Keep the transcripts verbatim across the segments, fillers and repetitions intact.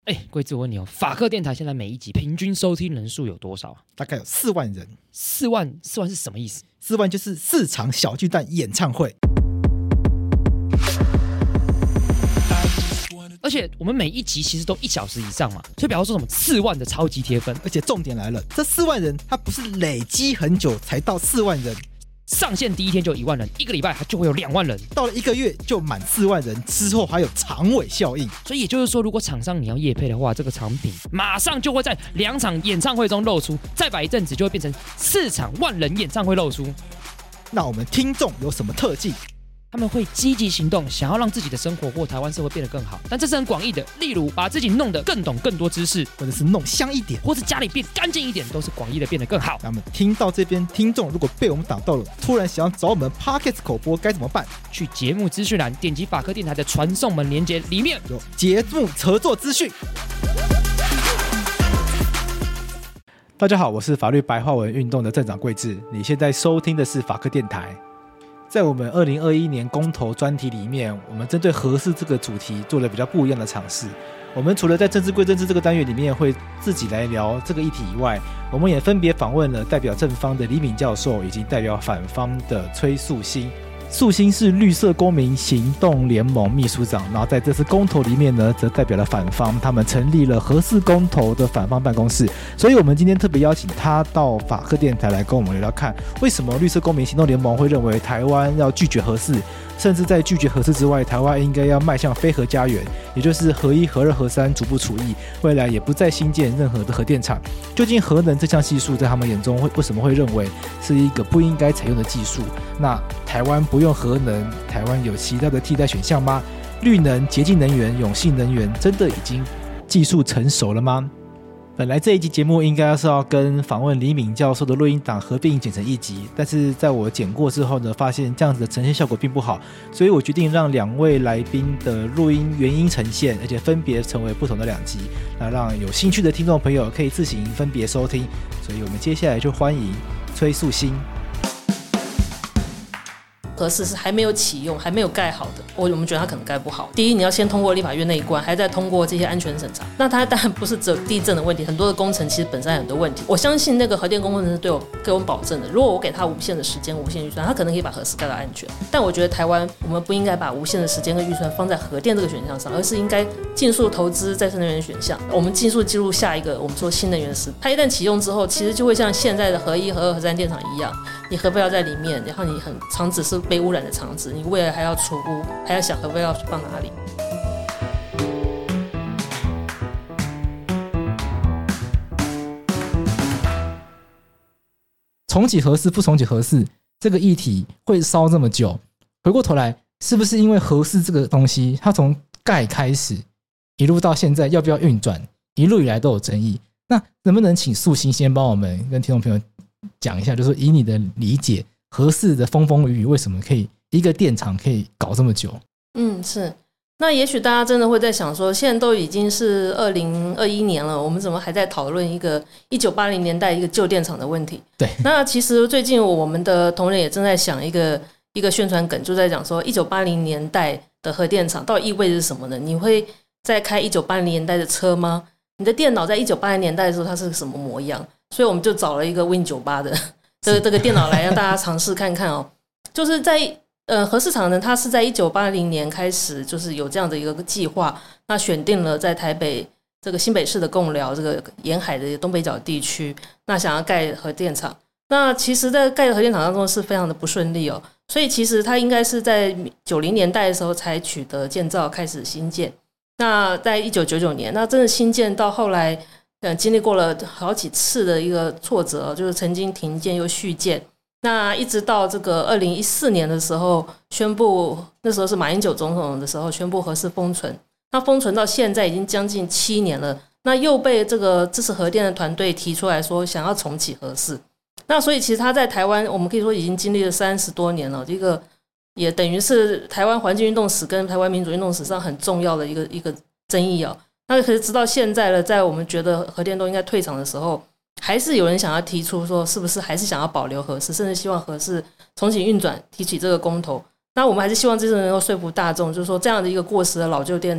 哎，贵子，我问你哦，法克电台现在每一集平均收听人数有多少啊？ 大概有四万人。 四万，四万是什么意思？ 四万就是四场小巨蛋演唱会。 而且我们每一集其实都一小时以上嘛，所以表示说什么四万的超级贴分。 而且重点来了，这四万人他不是累积很久才到四万人， 上线第一天就一万人，一个礼拜它就会有两万人， 到了一个月就满四万人，之后还有长尾效应。 所以也就是说，如果厂商你要业配的话，这个产品马上就会在两场演唱会中露出，再摆一阵子就会变成四场万人演唱会露出。 那我们听众有什么特技？ 他们会积极行动，想要让自己的生活或台湾社会变得更好，但这是很广义的，例如把自己弄得更懂更多知识， 或者是弄香一点， 或是家里变干净一点，都是广义的变得更好。 那么听到这边，听众如果被我们打到了，突然想要找我们 Podcast 口播该怎么办？ 去节目资讯栏点击法科电台的传送门连结，里面有节目合作资讯。大家好，我是法律白话文运动的镇长贵智，你现在收听的是法科电台。在我们二零二一年公投专题里面，我们针对核四这个主题做了比较不一样的尝试。我们除了在政治归政治这个单元里面会自己来聊这个议题以外，我们也分别访问了代表正方的李敏教授以及代表反方的崔素馨。素馨是绿色公民行动联盟秘书长，然后在这次公投里面呢，则代表了反方，他们成立了核四公投的反方办公室。所以我们今天特别邀请他到法科电台来跟我们聊聊看，为什么绿色公民行动联盟会认为台湾要拒绝核四，甚至在拒绝核四之外，台湾应该要迈向非核家园，也就是核一、核二、核三逐步除役，未来也不再新建任何的核电厂。究竟核能这项技术在他们眼中会为什么会认为是一个不应该采用的技术？那台湾不用核能，台湾有其他的替代选项吗？绿能、洁净能源、永续能源真的已经技术成熟了吗？本来这一集节目应该是要跟访问李敏教授的录音档合并剪成一集，但是在我剪过之后呢，发现这样子的呈现效果并不好，所以我决定让两位来宾的录音原音呈现，而且分别成为不同的两集，那让有兴趣的听众朋友可以自行分别收听。所以我们接下来就欢迎崔素馨。 核四是还没有启用，还没有盖好的，我我们觉得它可能盖不好。第一，你要先通过立法院那一关，还在通过这些安全审查。那它当然不是只有地震的问题，很多的工程其实本身有很多问题。我相信那个核电工程师对我给我们保证的，如果我给他无限的时间、无限预算，他可能可以把核四盖到安全。但我觉得台湾我们不应该把无限的时间跟预算放在核电这个选项上，而是应该尽速投资再生能源的选项。我们尽速进入下一个我们说新能源时代。它一旦启用之后，其实就会像现在的核一、核二、核三电厂一样，你核废料在里面，然后你很厂址是被污染的厂址，你未来还要除污，还要想核废料放哪里。 重启核四不重启核四这个议题会烧这么久，回过头来是不是因为核四这个东西它从盖开始一路到现在要不要运转，一路以来都有争议？那能不能请素馨先帮我们跟听众朋友讲一下，就是以你的理解，核四的风风雨雨为什么可以一个电厂可以搞这么久？ 嗯，是。那也许大家真的会在想说，现在都已经是二零二一年了，我们怎么还在讨论一个一九八零年代一个旧电厂的问题？ 对。 那其实最近我们的同仁也正在想一个一个宣传梗，就在讲说一九八零年代的核电厂到底意味着什么呢？你会在开一九八零年代的车吗？你的电脑在一九八零年代的时候它是什么模样？所以我们就找了一个 Win 九十八 的这个这个电脑来让大家尝试看看哦。就是在呃核四厂呢，它是在一九八零年开始就是有这样的一个计划，那选定了在台北这个新北市的贡寮这个沿海的东北角地区，那想要盖核电厂。那其实在盖的核电厂当中是非常的不顺利哦，所以其实它应该是在九零年代的时候才取得建造开始新建。那在一九九九年，那真的新建到后来呃经历过了好几次的一个挫折，就是曾经停建又续建。那一直到这个二零一四年的时候宣布，那时候是马英九总统的时候宣布核四封存，那封存到现在已经将近七年了，那又被这个支持核电的团队提出来说想要重启核四。那所以其实他在台湾我们可以说已经经历了三十多年了，这个也等于是台湾环境运动史跟台湾民主运动史上很重要的一个一个争议哦。那可是直到现在了，在我们觉得核电都应该退场的时候，还是有人想要提出说是不是还是想要保留核四，甚至希望核四重新运转，提起这个公投。那我们还是希望这次能够说服大众，就是说这样的一个过时的老旧电厂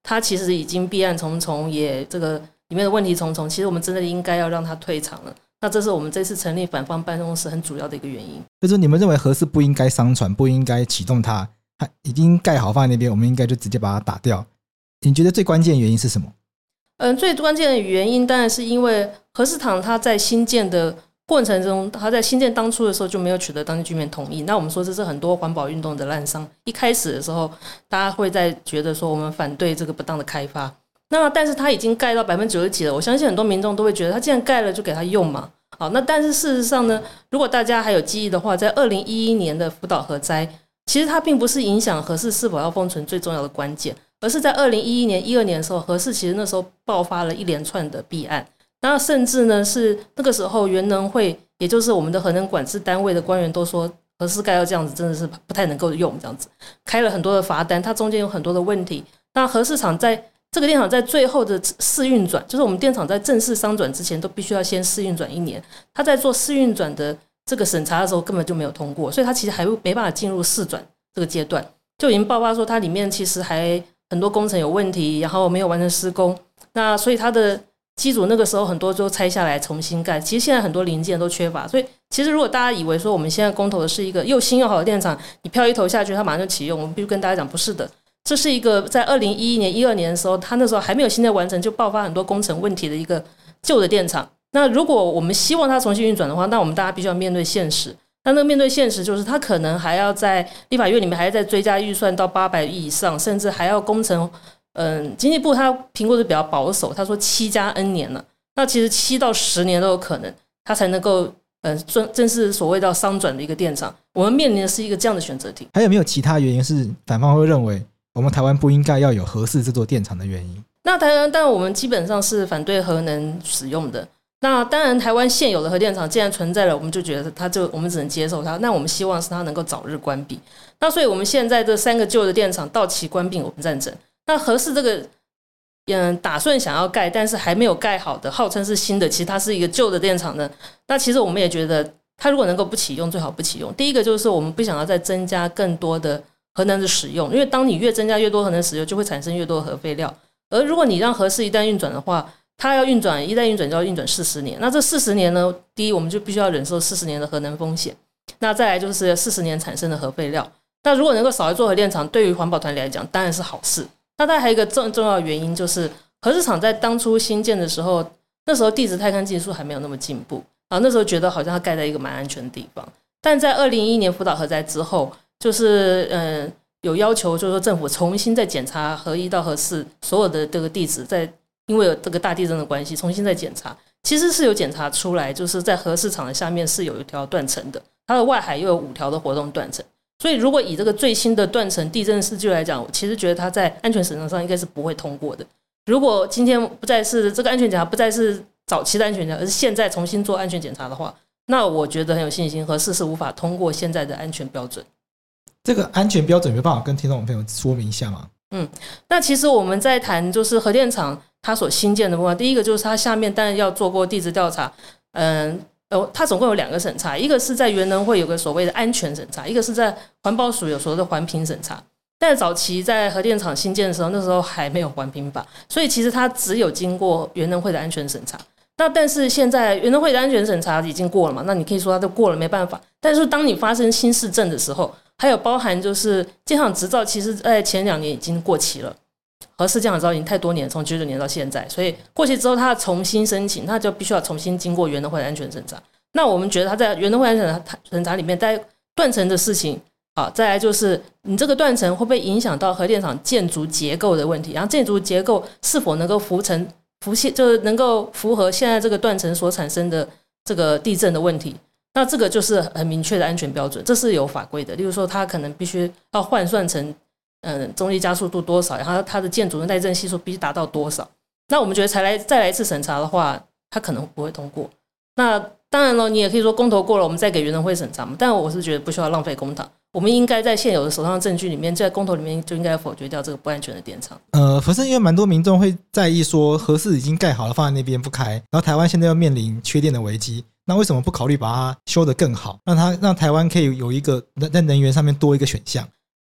它其实已经弊案重重，也这个里面的问题重重，其实我们真的应该要让它退场了。那这是我们这次成立反方办公室很主要的一个原因。 就是你们认为核四不应该商船，不应该启动它，它已经盖好放在那边，我们应该就直接把它打掉。你觉得最关键的原因是什么？ 嗯，最关键的原因当然是因为核四厂它在新建的过程中，它在新建当初的时候就没有取得当地居民同意。那我们说这是很多环保运动的滥觞，一开始的时候大家会在觉得说我们反对这个不当的开发，那但是它已经盖到百分之九十几了，我相信很多民众都会觉得它既然盖了就给它用嘛。好，那但是事实上呢，如果大家还有记忆的话，在二零一一年的福岛核灾，其实它并不是影响核四是否要封存最重要的关键，而是在二零一一年、一二年的时候，核四其实那时候爆发了一连串的弊案，那甚至呢是那个时候原能会，也就是我们的核能管制单位的官员都说核四盖要这样子真的是不太能够用，这样子开了很多的罚单，它中间有很多的问题。那核四厂在这个电厂在最后的试运转，就是我们电厂在正式商转之前都必须要先试运转一年，它在做试运转的这个审查的时候根本就没有通过，所以它其实还没办法进入试转这个阶段，就已经爆发说它里面其实还很多工程有问题，然后没有完成施工，那所以它的机组那个时候很多就拆下来重新盖，其实现在很多零件都缺乏，所以其实如果大家以为说我们现在公投的是一个又新又好的电厂，你票一投下去它马上就启用，我们必须跟大家讲不是的，这是一个在二零一一年、一二年的时候，它那时候还没有新的完成就爆发很多工程问题的一个旧的电厂。那如果我们希望它重新运转的话，那我们大家必须要面对现实。那那个面对现实就是它可能还要在立法院里面还要再追加预算到八百亿以上，甚至还要工程。嗯，经济部它评估的比较保守，他说七加 N 年了，那其实七到十年都有可能，它才能够嗯正式所谓到商转的一个电厂。我们面临的是一个这样的选择题。还有没有其他原因是反方会认为我们台湾不应该要有核四这座电厂的原因？ 那台湾当然我们基本上是反对核能使用的。那当然台湾现有的核电厂既然存在了，我们就觉得它就我们只能接受它，那我们希望是它能够早日关闭。那所以我们现在这三个旧的电厂到期关闭我们赞成。那核四这个嗯打算想要盖但是还没有盖好的号称是新的，其实它是一个旧的电厂呢，那其实我们也觉得它如果能够不启用最好不启用。第一个就是我们不想要再增加更多的核能的使用，因为当你越增加越多核能使用就会产生越多的核废料，而如果你让核四一旦运转的话，它要运转一旦运转就要运转四十年，那这四十年呢，第一我们就必须要忍受四十年的核能风险，那再来就是四十年产生的核废料。那如果能够少一座核电厂，对于环保团体来讲当然是好事。那当然还有一个重重要的原因就是核四厂在当初新建的时候，那时候地质探勘技术还没有那么进步，然后那时候觉得好像它盖在一个蛮安全的地方，但在二零一一年福岛核灾之后，就是嗯有要求就是说政府重新再检查核一到核四所有的这个地质，在因为有这个大地震的关系重新再检查，其实是有检查出来就是在核四厂的下面是有一条断层的，它的外海又有五条的活动断层，所以如果以这个最新的断层地震事据来讲，我其实觉得它在安全审查上应该是不会通过的。如果今天不再是这个安全检查不再是早期的安全检查，而是现在重新做安全检查的话，那我觉得很有信心核四是无法通过现在的安全标准。 这个安全标准有没有办法跟听众朋友说明一下吗？ 嗯，那其实我们在谈就是核电厂它所新建的部分，第一个就是它下面当然要做过地质调查，嗯，呃，它总共有两个审查，一个是在原能会有个所谓的安全审查，一个是在环保署有所谓的环评审查。但早期在核电厂新建的时候，那时候还没有环评法，所以其实它只有经过原能会的安全审查。那但是现在原能会的安全审查已经过了嘛，那你可以说它都过了没办法，但是当你发生新市政的时候，还有包含就是建厂执照其实在前两年已经过期了，核四建厂执照已经太多年，从九九年到现在，所以过期之后它重新申请，它就必须要重新经过原能会的安全审查。那我们觉得它在原能会安全审查里面在断层的事情，好，再来就是你这个断层会不会影响到核电厂建筑结构的问题，然后建筑结构是否能够浮沉浮现，就是能够符合现在这个断层所产生的这个地震的问题，那这个就是很明确的安全标准，这是有法规的。例如说它可能必须要换算成嗯重力加速度多少，然后它的建筑的耐震系数必须达到多少，那我们觉得才来再来一次审查的话，它可能不会通过。那当然了，你也可以说公投过了我们再给原能会审查嘛，但我是觉得不需要浪费公帑，我们应该在现有的手上的证据里面，在公投里面就应该否决掉这个不安全的电厂。 呃，可是因为蛮多民众会在意说核四已经盖好了放在那边不开，然后台湾现在又面临缺电的危机，那为什么不考虑把它修得更好，让它让台湾可以有一个在能源上面多一个选项？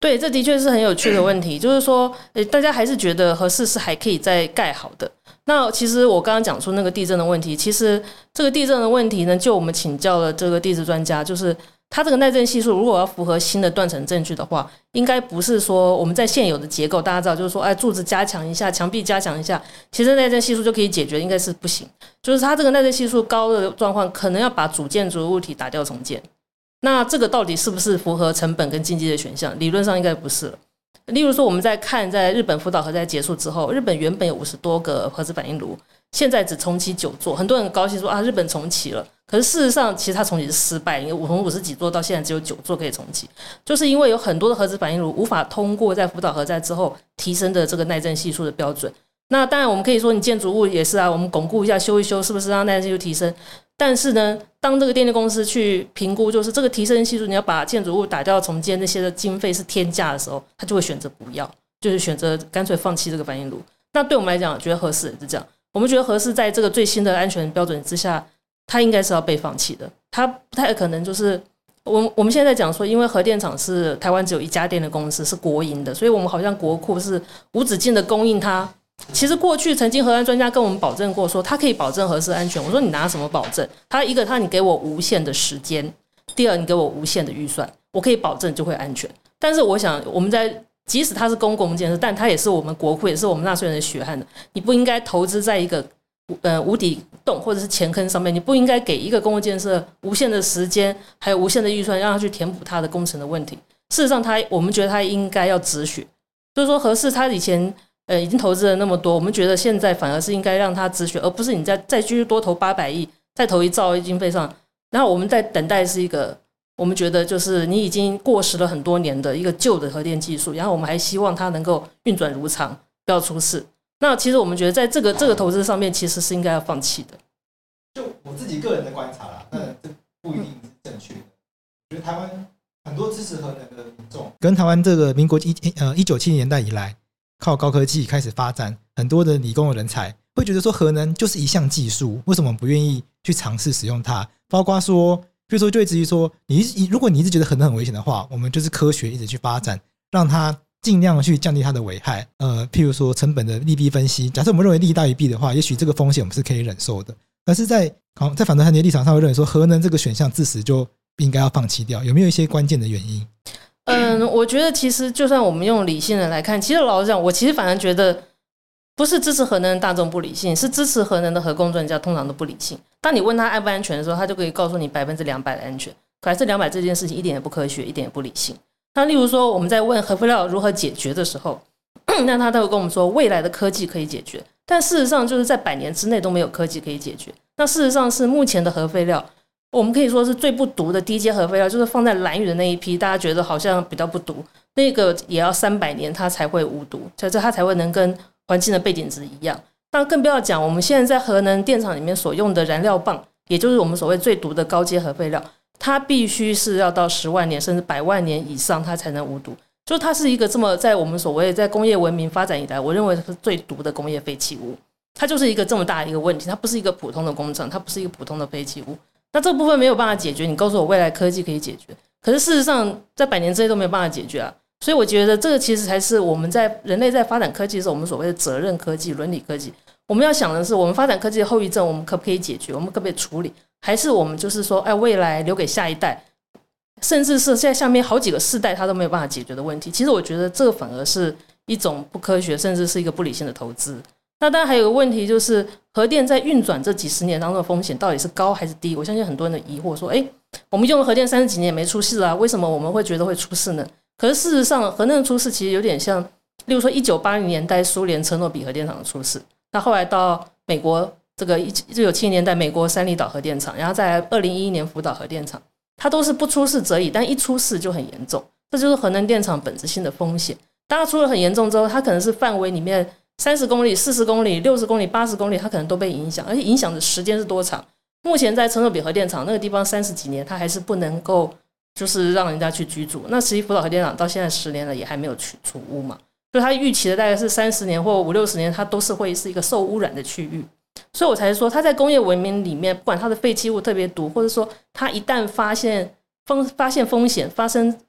对，这的确是很有趣的问题，就是说，呃，大家还是觉得核四是还可以再盖好的。那其实我刚刚讲出那个地震的问题，其实这个地震的问题呢，就我们请教了这个地质专家，就是它这个耐震系数如果要符合新的断层证据的话，应该不是说我们在现有的结构，大家知道就是说，哎，柱子加强一下，墙壁加强一下，其实耐震系数就可以解决，应该是不行。就是它这个耐震系数高的状况，可能要把主建筑物体打掉重建。那这个到底是不是符合成本跟经济的选项？理论上应该不是了。例如说，我们在看在日本福岛核灾结束之后，日本原本有五十多个核子反应炉，现在只重启九座，很多人很高兴说啊，日本重启了。可是事实上，其实它重启是失败，因为从五十几座到现在只有九座可以重启，就是因为有很多的核子反应炉无法通过在福岛核灾之后提升的这个耐震系数的标准。那当然，我们可以说你建筑物也是啊，我们巩固一下、修一修，是不是让耐震系数提升？但是呢，当这个电力公司去评估，就是这个提升系数，你要把建筑物打掉重建那些的经费是天价的时候，他就会选择不要，就是选择干脆放弃这个反应炉。那对我们来讲，觉得核四也是这样。我们觉得核四在这个最新的安全标准之下，它应该是要被放弃的。它不太可能就是我我们现在在讲说，因为核电厂是台湾只有一家电力公司，是国营的，所以我们好像国库是无止境的供应它。其实过去曾经核安专家跟我们保证过说，他可以保证核四安全。我说你拿什么保证？他一个他你给我无限的时间，第二你给我无限的预算，我可以保证就会安全。但是我想我们在即使它是公共建设，但它也是我们国库，也是我们纳税人的血汗的。你不应该投资在一个呃无底洞或者是钱坑上面，你不应该给一个公共建设无限的时间，还有无限的预算，让它去填补它的工程的问题。事实上它，我们觉得它应该要止血，就是说核四它以前。呃，已经投资了那么多，我们觉得现在反而是应该让它止血，而不是你再再继续多投八百亿，再投一兆亿经费上，然后我们在等待是一个我们觉得就是你已经过时了很多年的一个旧的核电技术，然后我们还希望它能够运转如常，不要出事。那其实我们觉得在这个这个投资上面，其实是应该要放弃的。 就我自己个人的观察啦，那这不一定是正确的。我觉得台湾很多支持核能的民众，跟台湾这个民国一呃一九七零年代以来。靠高科技开始发展，很多的理工的人才会觉得说核能就是一项技术，为什么不愿意去尝试使用它？包括说，比如说就会质疑说，你如果你一直觉得核能很危险的话，我们就是科学一直去发展，让它尽量去降低它的危害。呃，譬如说成本的利弊分析，假设我们认为利大于弊的话，也许这个风险我们是可以忍受的。但是在在反对汉的立场上，会认为说核能这个选项自始就应该要放弃掉，有没有一些关键的原因？ 嗯，我觉得其实就算我们用理性的来看，其实老实讲，我其实反而觉得不是支持核能的大众不理性，是支持核能的核工专家通常都不理性。当你问他安不安全的时候，他就可以告诉你百分之两百的安全，可还是两百这件事情一点也不科学，一点也不理性。那例如说我们在问核废料如何解决的时候，那他都会跟我们说未来的科技可以解决，但事实上就是在百年之内都没有科技可以解决。那事实上是目前的核废料。我们可以说是最不毒的低阶核废料，就是放在兰屿的那一批，大家觉得好像比较不毒，那个也要三百年它才会无毒，就是它才会能跟环境的背景值一样。那更不要讲我们现在在核能电厂里面所用的燃料棒，也就是我们所谓最毒的高阶核废料，它必须是要到十万年甚至百万年以上它才能无毒，就它是一个这么在我们所谓在工业文明发展以来，我认为是最毒的工业废弃物，它就是一个这么大的一个问题，它不是一个普通的工厂，它不是一个普通的废弃物。那这部分没有办法解决，你告诉我未来科技可以解决，可是事实上在百年之内都没有办法解决啊。所以我觉得这个其实才是我们在人类在发展科技的时候，我们所谓的责任科技、伦理科技。我们要想的是，我们发展科技的后遗症，我们可不可以解决？我们可不可以处理？还是我们就是说，哎，未来留给下一代，甚至是现在下面好几个世代，他都没有办法解决的问题。其实我觉得这个反而是一种不科学，甚至是一个不理性的投资。那当然还有个问题就是，核电在运转这几十年当中的风险到底是高还是低？我相信很多人的疑惑说，哎，我们用了核电三十几年也没出事啊，为什么我们会觉得会出事呢？可是事实上，核能的出事其实有点像，例如说一九八零年代苏联车诺比核电厂的出事，那后来到美国这个一九七零年代美国三里岛核电厂，然后再来二零一一年福岛核电厂，它都是不出事则已，但一出事就很严重，这就是核能电厂本质性的风险。当它出了很严重之后，它可能是范围里面三十公里、四十公里、六十公里、八十公里，它可能都被影响，而且影响的时间是多长？目前在车诺比核电厂那个地方三十几年，它还是不能够就是让人家去居住。那实际福岛核电厂到现在十年了，也还没有除污嘛，所以它预期的大概是三十年或五六十年，它都是会是一个受污染的区域。所以我才说，它在工业文明里面，不管它的废弃物特别毒，或者说它一旦发现风发现风险发生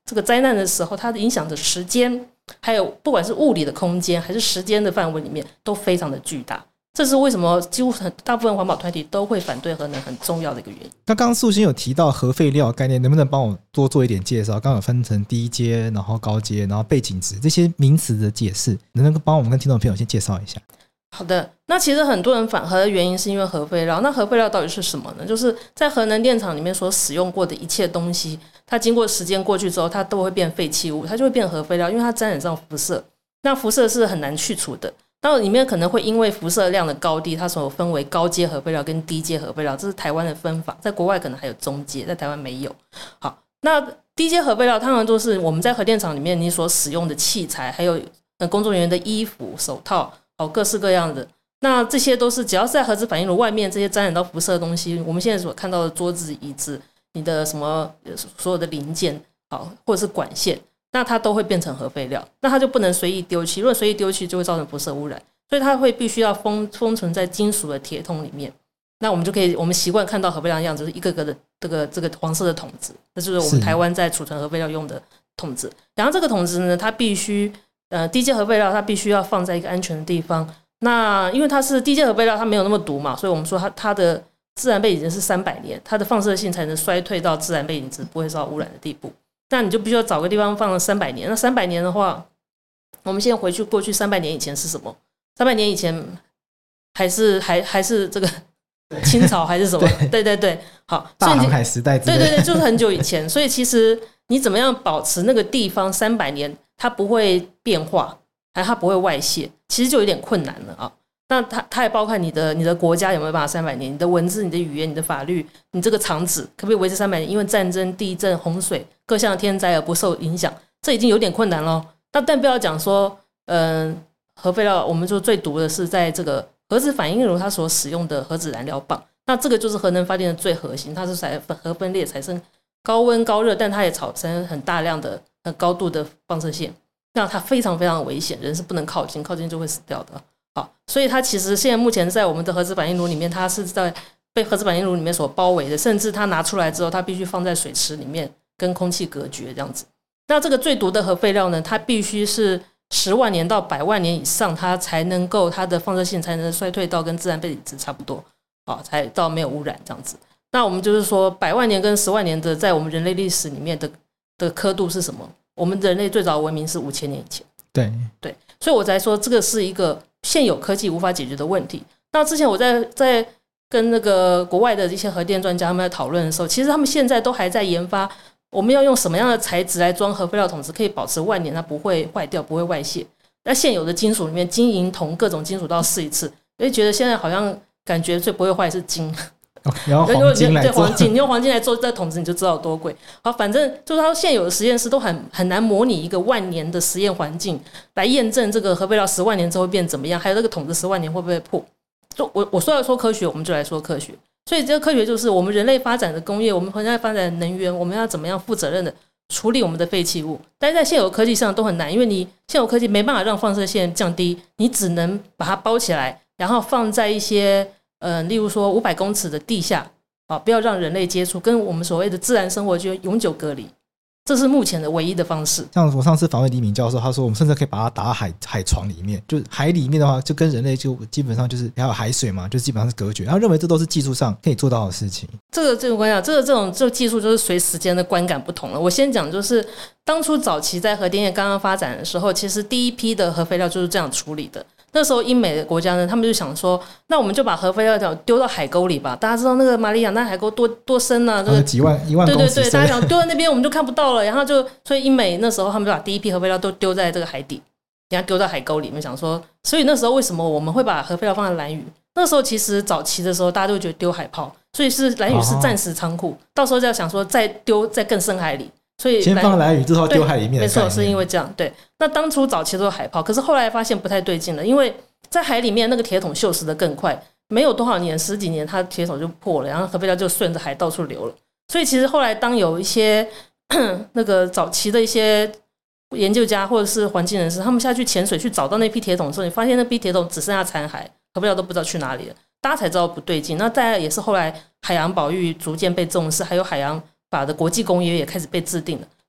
这个灾难的时候，它的影响的时间，还有不管是物理的空间还是时间的范围里面，都非常的巨大。这是为什么几乎很大部分环保团体都会反对核能很重要的一个原因。 刚刚素心有提到核废料概念，能不能帮我多做一点介绍？刚刚有分成低阶，然后高阶，然后背景值这些名词的解释，能不能帮我们跟听众朋友先介绍一下？ 好的，那其实很多人反核的原因是因为核废料。那核废料到底是什么呢？就是在核能电厂里面所使用过的一切东西，它经过时间过去之后，它都会变废弃物，它就会变核废料，因为它沾染上辐射。那辐射是很难去除的。那里面可能会因为辐射量的高低，它所分为高阶核废料跟低阶核废料，这是台湾的分法，在国外可能还有中阶，在台湾没有。好，那低阶核废料通常都是我们在核电厂里面你所使用的器材，还有工作人员的衣服、手套，好，各式各样的。那这些都是只要是在核子反应炉外面这些沾染到辐射的东西，我们现在所看到的桌子、椅子，你的什么所有的零件，好，或者是管线，那它都会变成核废料，那它就不能随意丢弃，如果随意丢弃就会造成辐射污染，所以它会必须要封封存在金属的铁桶里面。那我们就可以，我们习惯看到核废料的样子，就是一个个的这个这个黄色的桶子，这就是我们台湾在储存核废料用的桶子。然后这个桶子呢，它必须呃低阶核废料，它必须要放在一个安全的地方。那因为它是低阶核废料，它没有那么毒嘛，所以我们说它它的自然背景值是三百年，它的放射性才能衰退到自然背景值不会受到污染的地步。那你就必须要找个地方放了三百年。那三百年的话，我们先回去过去三百年以前是什么？三百年以前还是还还是这个清朝还是什么？对对对，好， 大航海时代之类的， 对对对，就是很久以前。所以其实你怎么样保持那个地方三百年它不会变化，还它不会外泄，其实就有点困难了啊。那它它也包括你的你的国家有没有办法三百年，你的文字、你的语言、你的法律，你这个厂址可不可以维持三百年？因为战争、地震、洪水各项的天灾而不受影响，这已经有点困难了。那但不要讲说，嗯、呃，核废料，我们说最毒的是在这个核子反应炉它所使用的核子燃料棒，那这个就是核能发电的最核心，它是采核分裂产生高温高热，但它也产生很大量的很高度的放射线，那它非常非常危险，人是不能靠近，靠近就会死掉的。好，所以它其实现在目前在我们的核子反应炉里面，它是在被核子反应炉里面所包围的，甚至它拿出来之后，它必须放在水池里面跟空气隔绝这样子。那这个最毒的核废料呢，它必须是十万年到百万年以上，它才能够它的放射性才能衰退到跟自然背景值差不多，好，才到没有污染这样子。那我们就是说，百万年跟十万年的在我们人类历史里面的的刻度是什么？我们人类最早的文明是五千年以前。 对对，所以我才说这个是一个现有科技无法解决的问题。那之前我在在跟那个国外的一些核电专家他们在讨论的时候，其实他们现在都还在研发，我们要用什么样的材质来装核废料桶子，可以保持万年它不会坏掉，不会外泄。那现有的金属里面，金银铜各种金属都要试一次，所以觉得现在好像感觉最不会坏是金。 然后黄金来做， 对黄金，你用黄金来做这桶子，你就知道有多贵。好，反正就是它现有的实验室都很很难模拟一个万年的实验环境来验证这个核废料十万年之后会变怎么样，还有这个桶子十万年会不会破。就我我说要说科学，我们就来说科学。所以这个科学就是我们人类发展的工业，我们人类发展的能源，我们要怎么样负责任的处理我们的废弃物。但是在现有科技上都很难，因为你现有科技没办法让放射线降低，你只能把它包起来，然后放在一些呃，例如说五百公尺的地下，啊，不要让人类接触，跟我们所谓的自然生活就永久隔离，这是目前的唯一的方式。 像我上次访问李敏教授，他说我们甚至可以把它打到海海床里面，就海里面的话，就跟人类就基本上就是还有海水嘛，就基本上是隔绝。然后认为这都是技术上可以做到的事情。 这个这个观讲，这个这种这个技术就是随时间的观感不同了。我先讲，就是当初早期在核电业刚刚发展的时候，其实第一批的核废料就是这样处理的。那时候英美的国家呢，他们就想说，那我们就把核废料丢到海沟里吧。大家知道那个马里亚纳海沟多多深啊，这个几万一万公尺深。 对对对，大家想丢在那边我们就看不到了，然后就所以英美那时候他们就把第一批核废料都丢在这个海底，然后丢到海沟里面，想说，所以那时候为什么我们会把核废料放在兰屿？那时候其实早期的时候，大家都觉得丢海炮，所以是兰屿是暂时仓库，到时候就要想说再丢在更深海里。所以先放兰屿之后丢海里面的概念， 没错，是因为这样。对，那当初早期都是海炮，可是后来发现不太对劲了，因为在海里面那个铁桶锈蚀的更快，没有多少年，十几年，它铁桶就破了，然后核废料就顺着海到处流了。所以其实后来当有一些那个早期的一些研究家或者是环境人士，他们下去潜水去找到那批铁桶的时候，你发现那批铁桶只剩下残骸，核废料都不知道去哪里了，大家才知道不对劲。那再来也是后来海洋保育逐渐被重视，还有海洋法的国际公约也开始被制定了，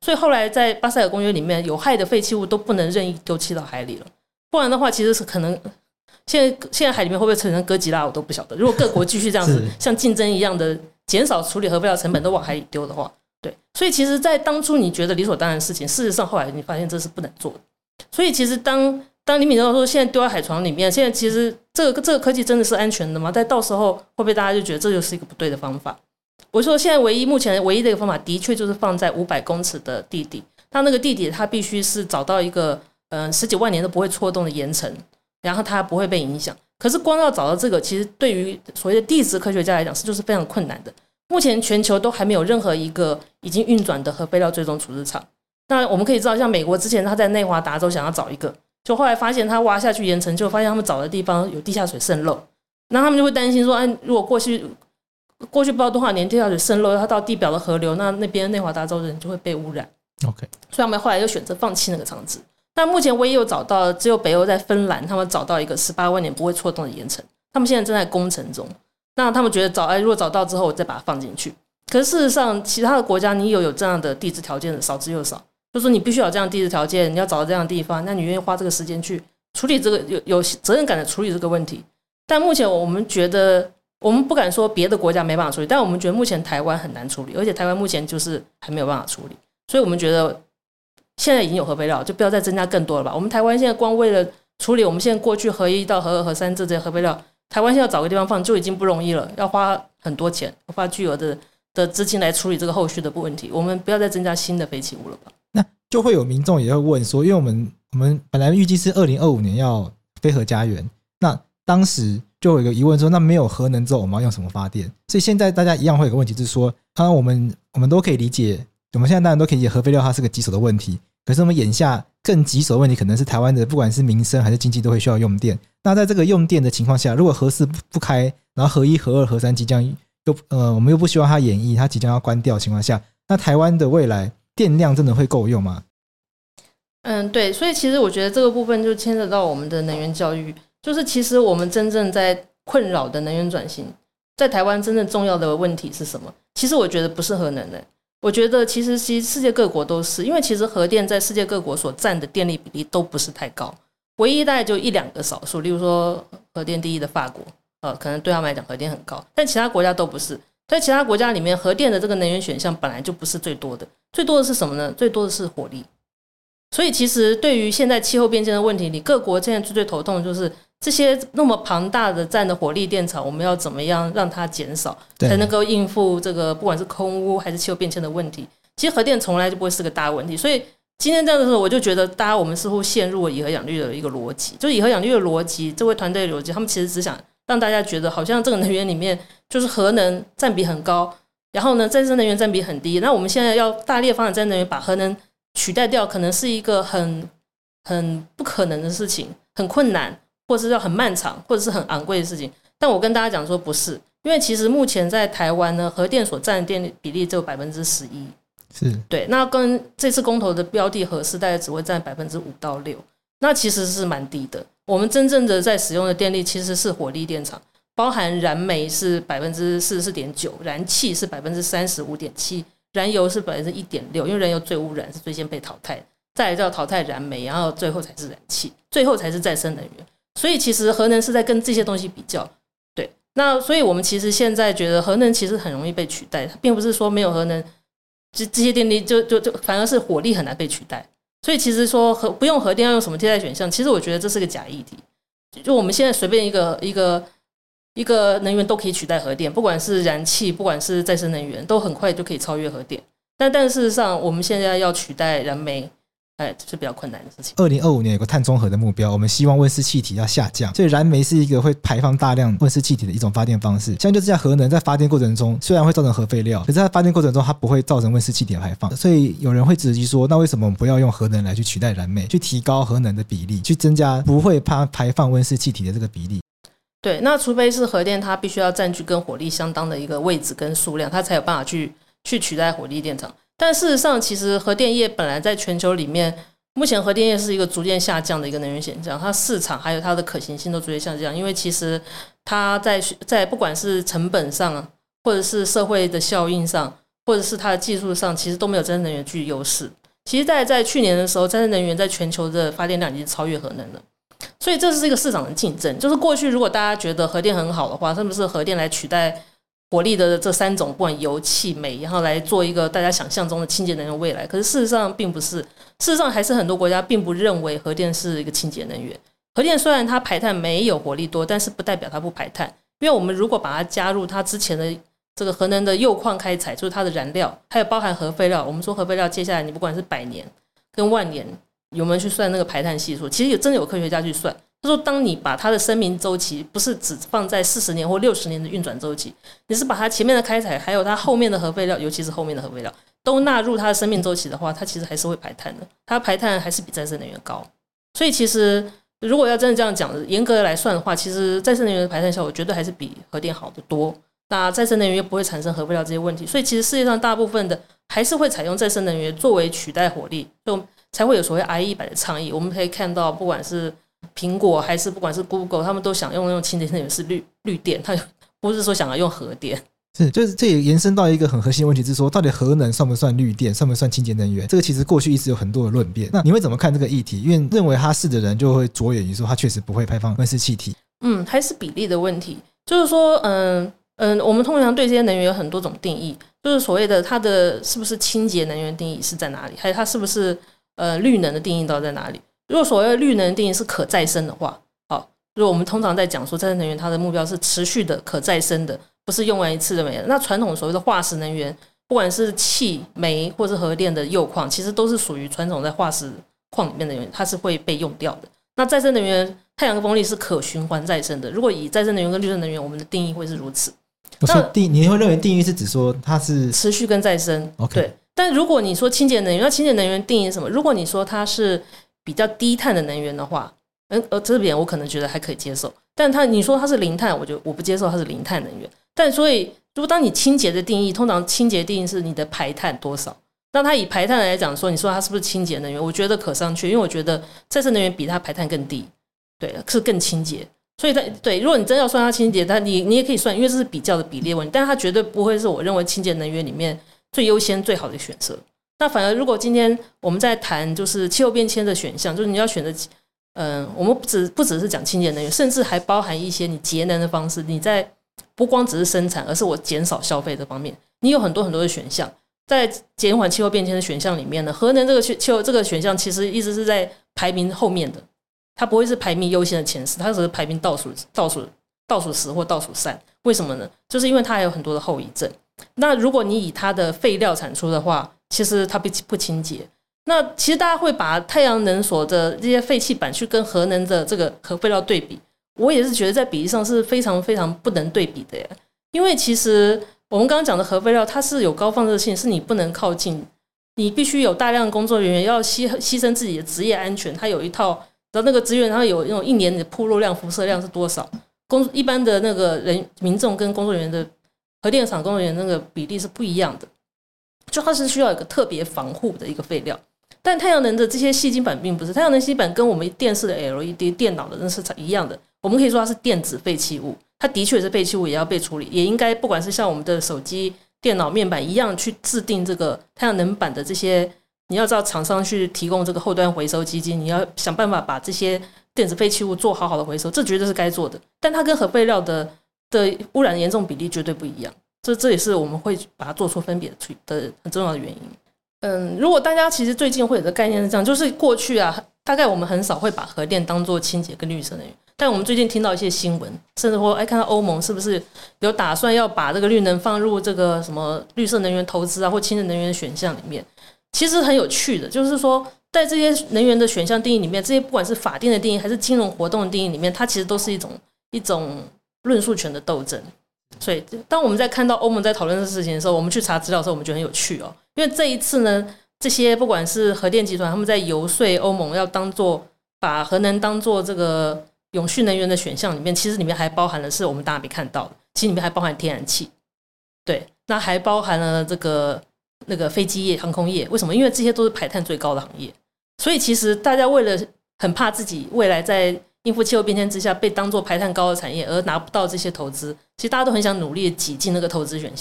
所以后来在巴塞尔公约里面，有害的废弃物都不能任意丢弃到海里了，不然的话其实是可能现在现在海里面会不会产生哥吉拉我都不晓得。如果各国继续这样子像竞争一样的减少处理核废料成本都往海里丢的话，对，所以其实在当初你觉得理所当然的事情，事实上后来你发现这是不能做的。所以其实当当李敏钊说现在丢在海床里面，现在其实这个这个科技真的是安全的吗？但到时候会不会大家就觉得这就是一个不对的方法？我说现在唯一目前唯一的一个方法的确就是放在五百公尺的地底，它那个地底它必须是找到一个呃十几万年都不会戳动的岩层，然后它不会被影响。可是光要找到这个，其实对于所谓的地质科学家来讲是就是非常困难的。目前全球都还没有任何一个已经运转的核废料追踪处置场。那我们可以知道，像美国之前他在内华达州想要找一个，就后来发现他挖下去岩层，就发现他们找的地方有地下水渗漏，那他们就会担心说，哎，如果过去过去不知道多少年地下水渗漏，它到地表的河流，那那边内华达州的人就会被污染。 OK， 所以他们后来就选择放弃那个场址。那目前唯一有找到，只有北欧在芬兰，他们找到一个十八万年不会错动的岩层，他们现在正在工程中。那他们觉得找，哎，如果找到之后，我再把它放进去。可是事实上，其他的国家你有有这样的地质条件的少之又少。就是说你必须有这样的地质条件，你要找到这样的地方，那你愿意花这个时间去处理这个有有责任感的处理这个问题。但目前我们觉得，我们不敢说别的国家没办法处理，但我们觉得目前台湾很难处理，而且台湾目前就是还没有办法处理，所以我们觉得现在已经有核废料，就不要再增加更多了吧。我们台湾现在光为了处理我们现在过去核一到核二核三这些核废料，台湾现在要找个地方放就已经不容易了，要花很多钱，要花巨额的的资金来处理这个后续的问题。我们不要再增加新的废弃物了吧。 那就会有民众也会问说，因为我们我们本来预计是二零二五年要非核家园，那当时就有一个疑问说，那没有核能之后我们要用什么发电？所以现在大家一样会有个问题，就是说，啊，我们我们都可以理解，我们现在当然都可以理解核废料它是个棘手的问题，可是我们眼下更棘手的问题可能是台湾的不管是民生还是经济都会需要用电。那在这个用电的情况下，如果核四不开，然后核一核二核三即将又呃我们又不希望它演绎，它即将要关掉的情况下，那台湾的未来电量真的会够用吗？ 嗯，对，所以其实我觉得这个部分就牵扯到我们的能源教育，就是其实我们真正在困扰的能源转型，在台湾真正重要的问题是什么？其实我觉得不是核能的，我觉得其实其实世界各国都是，因为其实核电在世界各国所占的电力比例都不是太高，唯一大概就一两个少数，例如说核电第一的法国，呃，可能对他们来讲核电很高，但其他国家都不是。在其他国家里面，核电的这个能源选项本来就不是最多的，最多的是什么呢？最多的是火力。所以其实对于现在气候变迁的问题，你各国现在最最头痛的就是这些那么庞大的占的火力电厂，我们要怎么样让它减少，才能够应付这个不管是空污还是气候变迁的问题。其实核电从来就不会是个大问题，所以今天这样的时候，我就觉得大家我们似乎陷入了以核养绿的一个逻辑，就是以核养绿的逻辑，这位团队的逻辑，他们其实只想让大家觉得好像这个能源里面就是核能占比很高，然后呢再生能源占比很低，那我们现在要大力发展再生能源把核能取代掉，可能是一个很很不可能的事情，很困难，或者是要很漫长，或者是很昂贵的事情。但我跟大家讲说不是，因为其实目前在台湾呢，核电所占的电力比例只有百分之十一， 是对，那跟这次公投的标的核四大概只会占百分之五到六，那其实是蛮低的。我们真正的在使用的电力其实是火力电厂，包含燃煤是百分之四十四点九，燃气是百分之三十五点七。燃油是百分之一点六，因为燃油最污染，是最先被淘汰，再来叫淘汰燃煤，然后最后才是燃气，最后才是再生能源。所以其实核能是在跟这些东西比较，对。那所以我们其实现在觉得核能其实很容易被取代，并不是说没有核能，这这些电力就就就反而是火力很难被取代。所以其实说核不用核电要用什么替代选项，其实我觉得这是个假议题。就我们现在随便一个一个。一个能源都可以取代核电，不管是燃气，不管是再生能源，都很快就可以超越核电。但但事实上，我们现在要取代燃煤，哎，是比较困难的事情。 二零二五年有个碳中和的目标，我们希望温室气体要下降，所以燃煤是一个会排放大量温室气体的一种发电方式。相对之下，核能在发电过程中虽然会造成核废料，可是在发电过程中它不会造成温室气体的排放。所以有人会质疑说，那为什么我们不要用核能来去取代燃煤，去提高核能的比例，去增加不会排放温室气体的这个比例？ 对，那除非是核电它必须要占据跟火力相当的一个位置跟数量，它才有办法去去取代火力电厂。但事实上其实核电业本来在全球里面，目前核电业是一个逐渐下降的一个能源现象，它市场还有它的可行性都逐渐下降，因为其实它在在不管是成本上或者是社会的效应上， 或者是它的技术上，其实都没有再生能源具优势。其实在，在去年的时候，再生能源在全球的发电量已经超越核能了。所以这是一个市场的竞争，就是过去如果大家觉得核电很好的话，是不是核电来取代火力的这三种，不管油气煤，然后来做一个大家想象中的清洁能源未来？可是事实上并不是，事实上还是很多国家并不认为核电是一个清洁能源。核电虽然它排碳没有火力多，但是不代表它不排碳，因为我们如果把它加入它之前的这个核能的铀矿开采，就是它的燃料，还有包含核废料，我们说核废料接下来你不管是百年跟万年有没有去算那个排碳系数，其实有真的有科学家去算，他说当你把它的生命周期不是只放在四十年或六十年的运转周期，你是把它前面的开采还有它后面的核废料，尤其是后面的核废料都纳入它的生命周期的话，它其实还是会排碳的，它排碳还是比再生能源高。所以其实如果要真的这样讲，严格来算的话，其实再生能源的排碳效果绝对还是比核电好得多。那再生能源又不会产生核废料这些问题，所以其实世界上大部分的还是会采用再生能源作为取代火力，所以才会有所谓 I E 一百 的倡议。我们可以看到，不管是苹果还是不管是 Google， 他们都想用用清洁能源是 绿, 绿电，他不是说想要用核电。 是，就是这也延伸到一个很核心的问题，是说到底核能算不算绿电，算不算清洁能源？这个其实过去一直有很多的论辩。那你会怎么看这个议题？因为认为它是的人就会着眼于说它确实不会排放温室气体。嗯， 还是比例的问题，就是说，嗯嗯，我们通常对这些能源有很多种定义，就是所谓的它的是不是清洁能源定义是在哪里，还有它是不是呃绿能的定义到底在哪里？如果所谓的绿能的定义是可再生的话，好，如果我们通常在讲说再生能源它的目标是持续的可再生的，不是用完一次就没了。那传统所谓的化石能源，不管是气煤或是核电的铀矿，其实都是属于传统在化石矿里面的能源，它是会被用掉的。那再生能源太阳跟风力是可循环再生的，如果以再生能源跟绿色能源，我们的定义会是如此。 所以定你会认为定义是指说它是持续跟再生 ，OK？ 对。但如果你说清洁能源，那清洁能源定义是什么？如果你说它是比较低碳的能源的话，嗯，呃，这边我可能觉得还可以接受。但它你说它是零碳，我就我不接受它是零碳能源。但所以，如果当你清洁的定义，通常清洁定义是你的排碳多少。那它以排碳来讲说，你说它是不是清洁能源？我觉得可上去，因为我觉得再生能源比它排碳更低，对，是更清洁。所以它对，如果你真要算它清洁，它你你也可以算，因为这是比较的比例问题，但是它绝对不会是我认为清洁能源里面最优先最好的选择。那反而如果今天我们在谈就是气候变迁的选项，就是你要选择，嗯、呃，我们不只不只是讲清洁能源，甚至还包含一些你节能的方式。你在不光只是生产，而是我减少消费这方面，你有很多很多的选项。在减缓气候变迁的选项里面呢，核能这个气候这个选项其实一直是在排名后面的。它不会是排名优先的前十，它只是排名倒数倒数倒数十或倒数三。为什么呢？就是因为它还有很多的后遗症。那如果你以它的废料产出的话，其实它不清洁。那其实大家会把太阳能所的这些废气板去跟核能的这个核废料对比，我也是觉得在比例上是非常非常不能对比的耶。因为其实我们刚刚讲的核废料，它是有高放射性，是你不能靠近，你必须有大量的工作人员要牺牺牲自己的职业安全，它有一套。然后那个资源，然后有那种一年的曝漏量、辐射量是多少？工一般的那个人民众跟工作人员的核电厂工作人员那个比例是不一样的，就它是需要一个特别防护的一个废料。但太阳能的这些矽晶板并不是，太阳能矽板跟我们电视的 L E D、电脑的那是一样的。我们可以说它是电子废弃物，它的确是废弃物，也要被处理，也应该不管是像我们的手机、电脑面板一样去制定这个太阳能板的这些。你要知道厂商去提供这个后端回收基金，你要想办法把这些电子废弃物做好好的回收，这绝对是该做的。但它跟核废料的的污染严重比例绝对不一样，这这也是我们会把它做出分别的很重要的原因。嗯，如果大家其实最近会有个概念是这样，就是过去啊，大概我们很少会把核电当作清洁跟绿色能源，但我们最近听到一些新闻，甚至说哎，看到欧盟是不是有打算要把这个绿能放入这个什么绿色能源投资啊，或清洁能源选项里面。其实很有趣的，就是说在这些能源的选项定义里面，这些不管是法定的定义还是金融活动的定义里面，它其实都是一种一种论述权的斗争。所以当我们在看到欧盟在讨论这事情的时候，我们去查资料的时候，我们觉得很有趣哦。因为这一次呢，这些不管是核电集团，他们在游说欧盟要当做把核能当做这个永续能源的选项里面，其实里面还包含的是我们大家没看到的，其实里面还包含天然气，对，那还包含了这个。那个飞机业、航空业，为什么？因为这些都是排碳最高的行业，所以其实大家为了很怕自己未来在应付气候变迁之下被当作排碳高的产业而拿不到这些投资，其实大家都很想努力的挤进那个投资选项。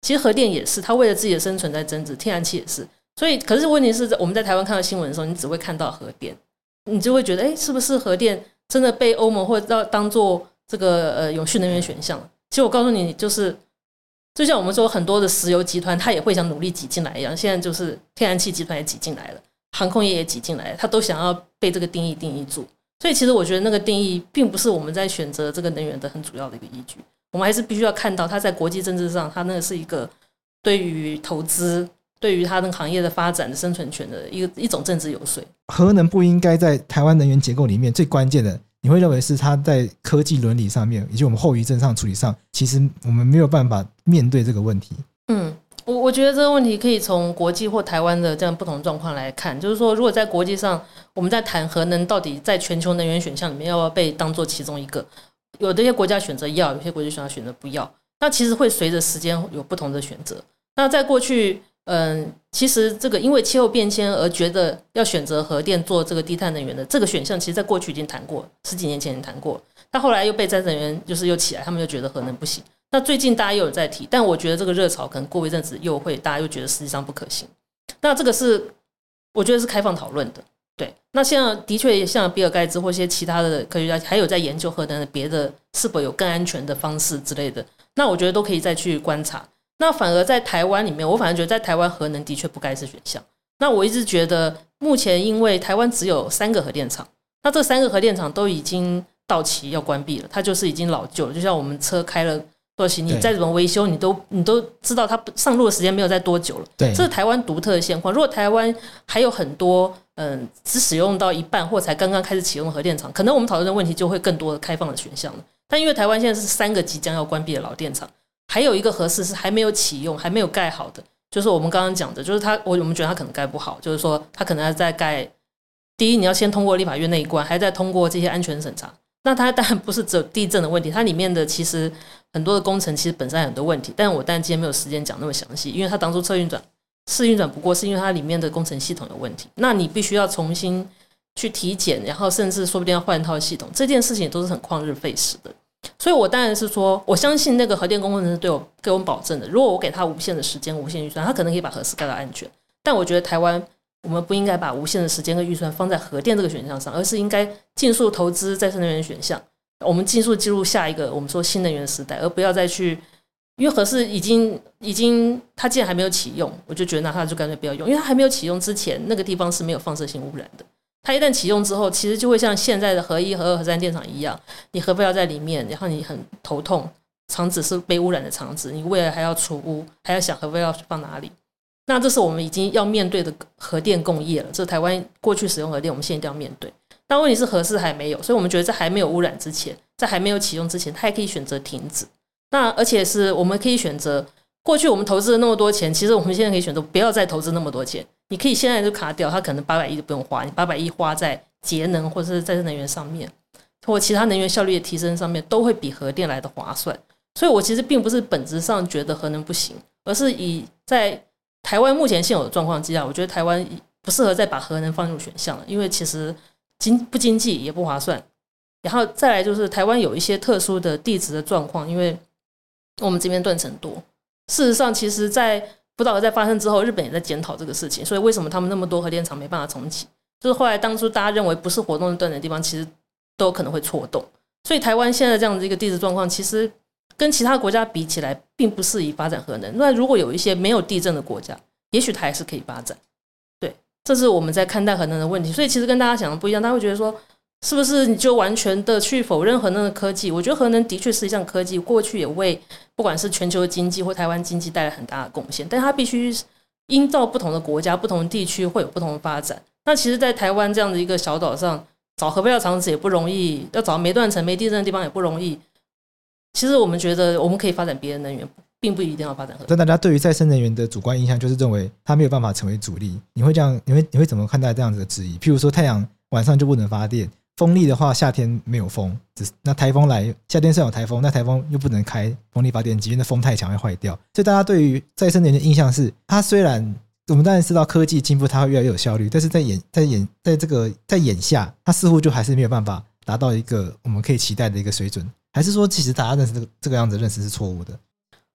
其实核电也是，它为了自己的生存在增值，天然气也是。所以，可是问题是我们在台湾看到新闻的时候，你只会看到核电，你就会觉得，哎，是不是核电真的被欧盟或者当做这个呃永续能源选项？其实我告诉你，就是就像我们说很多的石油集团，他也会想努力挤进来一样。现在就是天然气集团也挤进来了，航空业也挤进来了，他都想要被这个定义定义住。所以，其实我觉得那个定义并不是我们在选择这个能源的很主要的一个依据。我们还是必须要看到，它在国际政治上，它那个是一个对于投资。对于它那个行业的发展的生存权的一个一种政治游说。 核能不应该在台湾能源结构里面最关键的，你会认为是它在科技伦理上面以及我们后遗症上处理上，其实我们没有办法面对这个问题。 嗯，我我觉得这个问题可以从国际或台湾的这样不同状况来看，就是说如果在国际上我们在谈核能到底在全球能源选项里面要不要被当作其中一个，有的一些国家选择要，有些国家选择选择不要，那其实会随着时间有不同的选择。那在过去嗯，其实这个因为气候变迁而觉得要选择核电做这个低碳能源的这个选项，其实在过去已经谈过，十几年前已经谈过，但后来又被再生能源就是又起来，他们又觉得核能不行。那最近大家又有在提，但我觉得这个热潮可能过一阵子又会大家又觉得实际上不可行。那这个是我觉得是开放讨论的，对。那现在的确像比尔盖茨或一些其他的科学家还有在研究核能的别的是否有更安全的方式之类的，那我觉得都可以再去观察。那反而在台湾里面，我反而觉得在台湾核能的确不该是选项。那我一直觉得目前因为台湾只有三个核电厂，那这三个核电厂都已经到期要关闭了，它就是已经老旧了，就像我们车开了多少期，你再怎么维修你都你都知道它上路的时间没有再多久了。 对， 这是台湾独特的现况。如果台湾还有很多嗯只使用到一半或才刚刚开始启用的核电厂，可能我们讨论的问题就会更多的开放的选项了。但因为台湾现在是三个即将要关闭的老电厂，还有一个核四是还没有启用还没有盖好的，就是我们刚刚讲的，就是它我我们觉得它可能盖不好，就是说它可能要再盖，第一你要先通过立法院那一关，还在通过这些安全审查。那它当然不是只有地震的问题，它里面的其实很多的工程其实本身有很多问题，但我当然今天没有时间讲那么详细，因为它当初测运转试运转不过是因为它里面的工程系统有问题，那你必须要重新去体检，然后甚至说不定要换一套系统，这件事情都是很旷日费时的。所以我当然是说我相信那个核电工程师对我给我们保证的，如果我给他无限的时间无限预算，他可能可以把核四盖到安全。但我觉得台湾我们不应该把无限的时间跟预算放在核电这个选项上，而是应该尽速投资再生能源选项，我们尽速进入下一个我们说新能源时代，而不要再去，因为核四已经已经它既然还没有启用，我就觉得那它就干脆不要用，因为它还没有启用之前那个地方是没有放射性污染的，它一旦启用之后，其实就会像现在的核一、核二、核三电厂一样，你核废料在里面，然后你很头痛，厂址是被污染的厂址，你未来还要除污，还要想核废料放哪里。那这是我们已经要面对的核电工业了，这是台湾过去使用核电，我们现在一定要面对。但问题是核四还没有，所以我们觉得在还没有污染之前，在还没有启用之前，它还可以选择停止。那而且是我们可以选择，过去我们投资了那么多钱，其实我们现在可以选择不要再投资那么多钱。你可以现在就卡掉，它可能八百亿就不用花，你八百亿花在节能或者是再生能源上面，或其他能源效率的提升上面，都会比核电来的划算。所以我其实并不是本质上觉得核能不行，而是以在台湾目前现有的状况之下，我觉得台湾不适合再把核能放入选项了，因为其实经不经济也不划算。然后再来就是台湾有一些特殊的地质的状况，因为我们这边断层多，事实上其实在福岛核灾发生之后，日本也在检讨这个事情，所以为什么他们那么多核电厂没办法重启，就是后来当初大家认为不是活动断层的地方，其实都有可能会错动。所以台湾现在这样的一个地质状况，其实跟其他国家比起来并不适宜发展核能。那如果有一些没有地震的国家，也许它还是可以发展。对，这是我们在看待核能的问题。所以其实跟大家想的不一样，大家会觉得说是不是你就完全的去否认核能的科技？我觉得核能的确是一项科技，过去也为不管是全球经济或台湾经济带来很大的贡献，但它必须依照不同的国家不同的地区会有不同的发展。那其实在台湾这样的一个小岛上找核废料厂址也不容易，要找没断层没地震的地方也不容易。其实我们觉得我们可以发展别的能源，并不一定要发展核能。 但大家对于再生能源的主观印象就是认为它没有办法成为主力，你会这样，你会你会怎么看待这样子的质疑？譬如说太阳晚上就不能发电，风力的话夏天没有风，那台风来夏天是有台风，那台风又不能开风力发电机，因为那风太强会坏掉。所以大家对于再生能源的印象是，它虽然我们当然知道科技进步它会越来越有效率，但是在眼在眼在这个在眼下，它似乎就还是没有办法达到一个我们可以期待的一个水准。还是说其实大家认识这个这个样子的认识是错误的？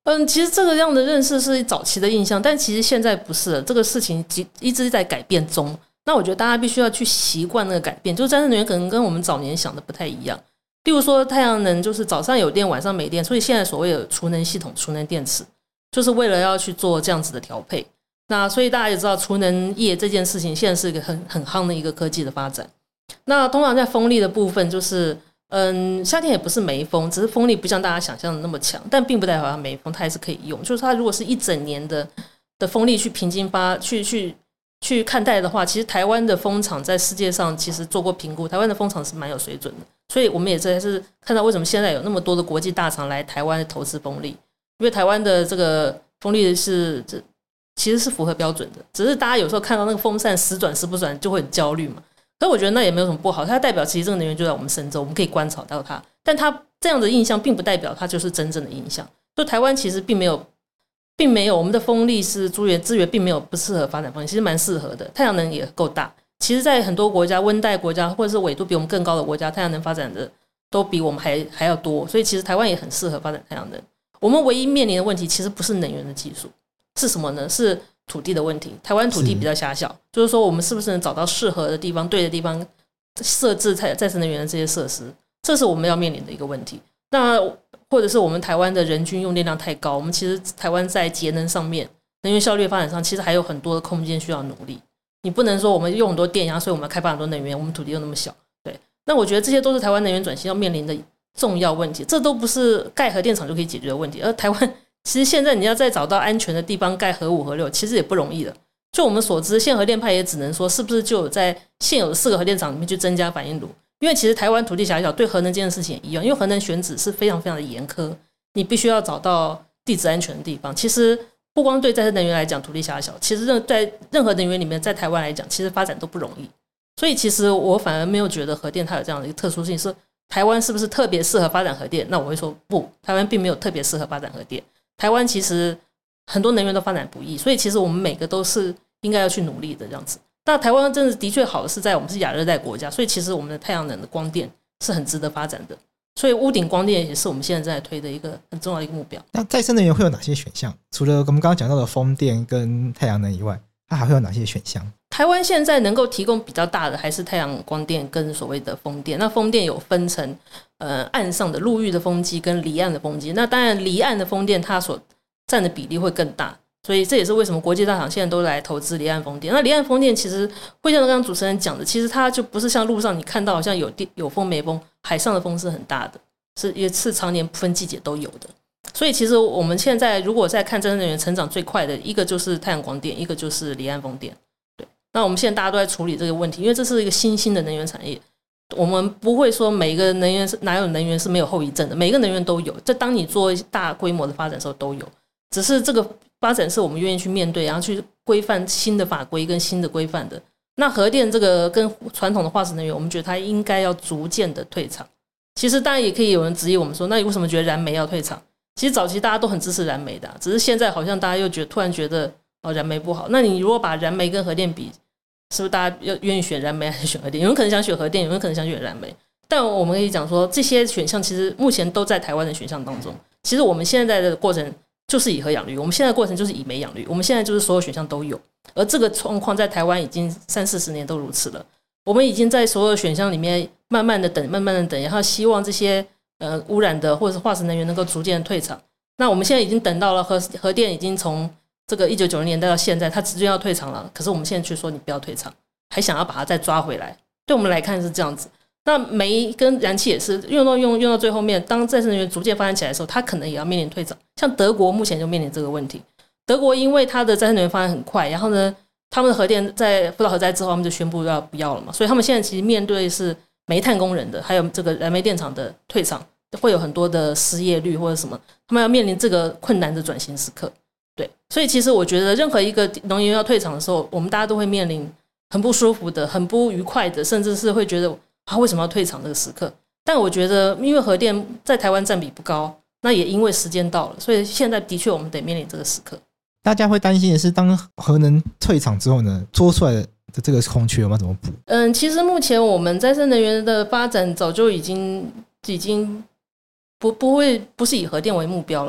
嗯，其实这个样的认识是早期的印象，但其实现在不是了，这个事情一直在改变中。那我觉得大家必须要去习惯那个改变，就是再生能源可能跟我们早年想的不太一样。例如说太阳能就是早上有电晚上没电，所以现在所谓的储能系统储能电池就是为了要去做这样子的调配。那所以大家也知道储能业这件事情现在是一个很很夯的一个科技的发展。那通常在风力的部分就是嗯，夏天也不是没风，只是风力不像大家想象的那么强，但并不代表它没风，它还是可以用。就是它如果是一整年的的风力去平均发去去去看待的话，其实台湾的风场在世界上其实做过评估，台湾的风场是蛮有水准的。所以我们也是看到为什么现在有那么多的国际大厂来台湾投资风力，因为台湾的这个风力是其实是符合标准的，只是大家有时候看到那个风扇时转时不转就会很焦虑嘛。可是我觉得那也没有什么不好，它代表其实这个能源就在我们深州，我们可以观察到它，但它这样的印象并不代表它就是真正的印象。就台湾其实并没有并没有我们的风力是资源资源并没有不适合发展风力，其实蛮适合的，太阳能也够大。其实在很多国家温带国家或者是纬度比我们更高的国家，太阳能发展的都比我们还还要多，所以其实台湾也很适合发展太阳能。我们唯一面临的问题其实不是能源的技术，是什么呢？是土地的问题。台湾土地比较狭小，就是说我们是不是能找到适合的地方对的地方设置再生能源的这些设施，这是我们要面临的一个问题。那或者是我们台湾的人均用电量太高，我们其实台湾在节能上面能源效率发展上其实还有很多的空间需要努力。你不能说我们用很多电压，所以我们要开发很多能源，我们土地又那么小。对，那我觉得这些都是台湾能源转型要面临的重要问题，这都不是盖核电厂就可以解决的问题。而台湾其实现在你要再找到安全的地方盖核五核六，其实也不容易了。就我们所知，现核电派也只能说是不是就有在现有的四个核电厂里面去增加反应炉，因为其实台湾土地狭小，对核能这件事情也一样，因为核能选址是非常非常的严苛，你必须要找到地质安全的地方。其实不光对再生能源来讲土地狭小，其实在任何能源里面，在台湾来讲其实发展都不容易。所以其实我反而没有觉得核电它有这样的一个特殊性，是台湾是不是特别适合发展核电？那我会说不，台湾并没有特别适合发展核电。台湾其实很多能源都发展不易，所以其实我们每个都是应该要去努力的这样子。那台湾真的的确好的是在我们是亚热带国家，所以其实我们的太阳能的光电是很值得发展的，所以屋顶光电也是我们现在在推的一个很重要的一个目标。 那再生能源会有哪些选项？除了我们刚刚讲到的风电跟太阳能以外，它还会有哪些选项？ 台湾现在能够提供比较大的还是太阳光电跟所谓的风电。那风电有分成呃岸上的陆域的风机跟离岸的风机，那当然离岸的风电它所占的比例会更大，所以这也是为什么国际大厂现在都来投资离岸风电。那离岸风电其实会像刚刚主持人讲的，其实它就不是像路上你看到好像有有风没风，海上的风是很大的，是也是常年不分季节都有的。所以其实我们现在如果在看再生能源成长最快的一个就是太阳光电，一个就是离岸风电。对，那我们现在大家都在处理这个问题，因为这是一个新兴的能源产业，我们不会说每一个能源是哪有能源是没有后遗症的，每个能源都有，这当你做大规模的发展的时候都有，只是这个发展是我们愿意去面对，然后去规范新的法规跟新的规范的。那核电这个跟传统的化石能源，我们觉得它应该要逐渐的退场。其实当然也可以有人质疑我们说，那你为什么觉得燃煤要退场？其实早期大家都很支持燃煤的、啊、只是现在好像大家又觉得突然觉得、哦、燃煤不好。那你如果把燃煤跟核电比，是不是大家愿意选燃煤还是选核电？有人可能想选核电，有人可能想选燃煤。但我们可以讲说，这些选项其实目前都在台湾的选项当中。其实我们现在的过程就是以核养绿，我们现在的过程就是以煤养绿，我们现在就是所有选项都有。而这个状况在台湾已经三四十年都如此了。我们已经在所有选项里面慢慢的等，慢慢的等，然后希望这些呃污染的或者是化石能源能够逐渐退场。那我们现在已经等到了核核电已经从这个一九九零年代到现在，它直接要退场了。可是我们现在却说你不要退场，还想要把它再抓回来。对我们来看是这样子。那煤跟燃气也是用到用用到最后面，当再生能源逐渐发展起来的时候，它可能也要面临退场。像德国目前就面临这个问题。德国因为它的再生能源发展很快，然后呢，他们的核电在福岛核灾之后，他们就宣布要不要了嘛，所以他们现在其实面对是煤炭工人的，还有这个燃煤电厂的退场，会有很多的失业率或者什么，他们要面临这个困难的转型时刻。对，所以其实我觉得任何一个能源要退场的时候，我们大家都会面临很不舒服的、很不愉快的，甚至是会觉得他为什么要退场这个时刻。但我觉得因为核电在台湾占比不高，那也因为时间到了，所以现在的确我们得面临这个时刻。 大家会担心的是，当核能退场之后呢，做出来的这个空缺我们要怎么补？ 嗯，其实目前我们再生能源的发展早就已经已经不不会不是以核电为目标了。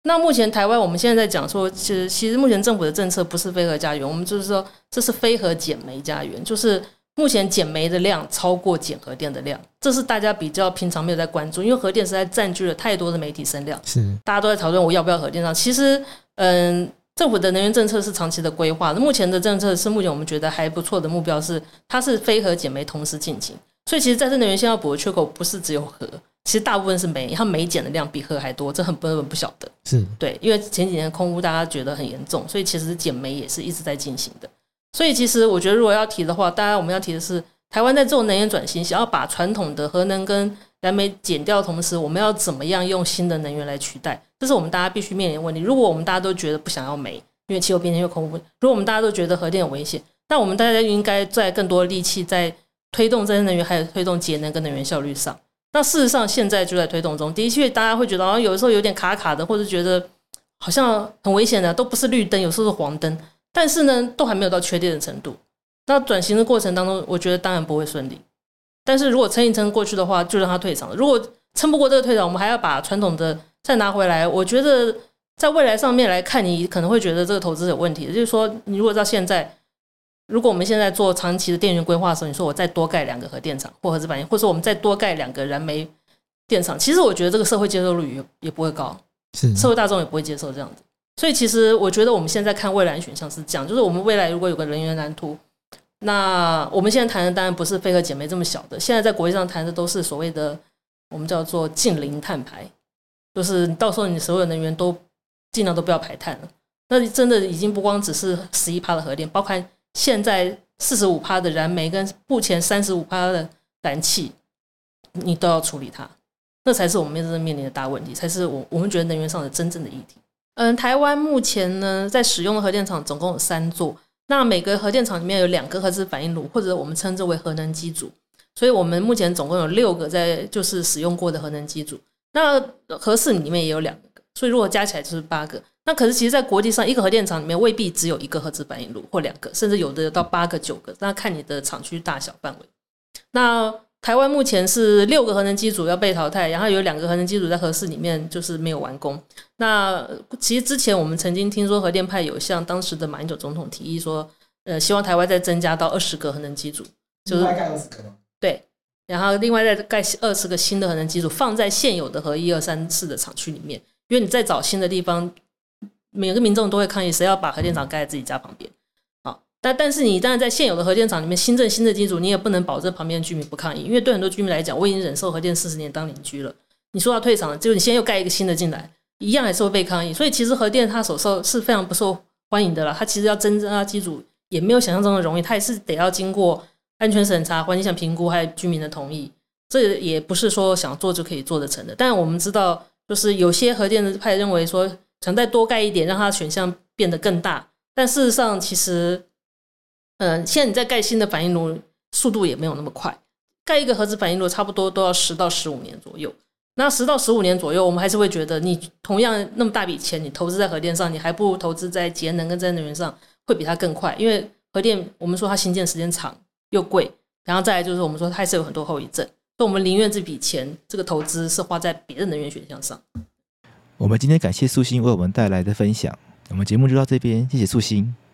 那目前台湾我们现在在讲说，其实其实目前政府的政策不是非核家园，我们就是说这是非核减煤家园，就是目前减煤的量超过减核电的量，这是大家比较平常没有在关注，因为核电实在占据了太多的媒体声量， 是大家都在讨论我要不要核电厂。其实，嗯，政府的能源政策是长期的规划，目前的政策是目前我们觉得还不错的目标是，它是非核减煤同时进行，所以其实再生能源现在要补的缺口不是只有核。其实大部分是煤，它煤减的量比核还多，这很不很不晓得。 是对，因为前几年空污大家觉得很严重，所以其实减煤也是一直在进行的。所以其实我觉得如果要提的话，大家我们要提的是，台湾在做能源转型，想要把传统的核能跟燃煤减掉，同时我们要怎么样用新的能源来取代，这是我们大家必须面临的问题。如果我们大家都觉得不想要煤，因为气候变迁又空污，如果我们大家都觉得核电有危险，那我们大家应该在更多的力气在推动再生能源，还有推动节能跟能源效率上。那事实上现在就在推动中，的确大家会觉得好像有的时候有点卡卡的，或者觉得好像很危险的，都不是绿灯，有时候是黄灯，但是呢都还没有到缺电的程度。那转型的过程当中，我觉得当然不会顺利，但是如果撑一撑过去的话，就让它退场。如果撑不过这个退场，我们还要把传统的再拿回来，我觉得在未来上面来看，你可能会觉得这个投资有问题，就是说你如果到现在，如果我们现在做长期的电源规划的时候，你说我再多盖两个核电厂或核子反应，或者说我们再多盖两个燃煤电厂，其实我觉得这个社会接受率 也, 也不会高，社会大众也不会接受这样子。所以其实我觉得我们现在看未来的选项是这样，就是我们未来如果有个能源蓝图，那我们现在谈的当然不是非核减煤这么小的，现在在国际上谈的都是所谓的我们叫做近零碳排，就是到时候你所有的能源都尽量都不要排碳了。那真的已经不光只是 百分之十一 的核电，包括现在 百分之四十五 的燃煤跟目前 百分之三十五 的燃气，你都要处理它，那才是我们真正面临的大问题，才是我我们觉得能源上的真正的议题。嗯，台湾目前呢在使用的核电厂总共有三座，那每个核电厂里面有两个核子反应炉，或者我们称之为核能机组，所以我们目前总共有六个在就是使用过的核能机组，那核四里面也有两个，所以如果加起来就是八个。那可是其实在国际上一个核电厂里面未必只有一个核子反应炉或两个，甚至有的有到八个九个，那看你的厂区大小范围。那台湾目前是六个核能机组要被淘汰，然后有两个核能机组在核四里面就是没有完工。那其实之前我们曾经听说核电派有向当时的马英九总统提议说，呃，希望台湾再增加到二十个核能机组，就是大概二十个吗？ 对，然后另外再盖二十个新的核能机组放在现有的核一二三四的厂区里面，因为你再找新的地方，每个民众都会抗议，谁要把核电厂盖在自己家旁边？好，但但是你当然在现有的核电厂里面新增新的机组，你也不能保证旁边的居民不抗议，因为对很多居民来讲，我已经忍受核电四十年当邻居了，你说要退场，结果你现在又盖一个新的进来，一样还是会被抗议。所以其实核电它所受是非常不受欢迎的啦，它其实要增加机组也没有想象中的容易，它也是得要经过安全审查、环境评估还有居民的同意，这也不是说想做就可以做得成的。但我们知道，就是有些核电派认为说想再多盖一点，让它选项变得更大，但事实上其实呃，现在你在盖新的反应炉速度也没有那么快，盖一个核子反应炉差不多都要十到十五年左右。那十到十五年左右，我们还是会觉得你同样那么大笔钱你投资在核电上，你还不如投资在节能跟再生能源上，会比它更快。因为核电我们说它新建时间长又贵，然后再来就是我们说它还是有很多后遗症，所以我们宁愿这笔钱这个投资是花在别的能源选项上。 我们今天感谢素馨为我们带来的分享，我们节目就到这边，谢谢素馨。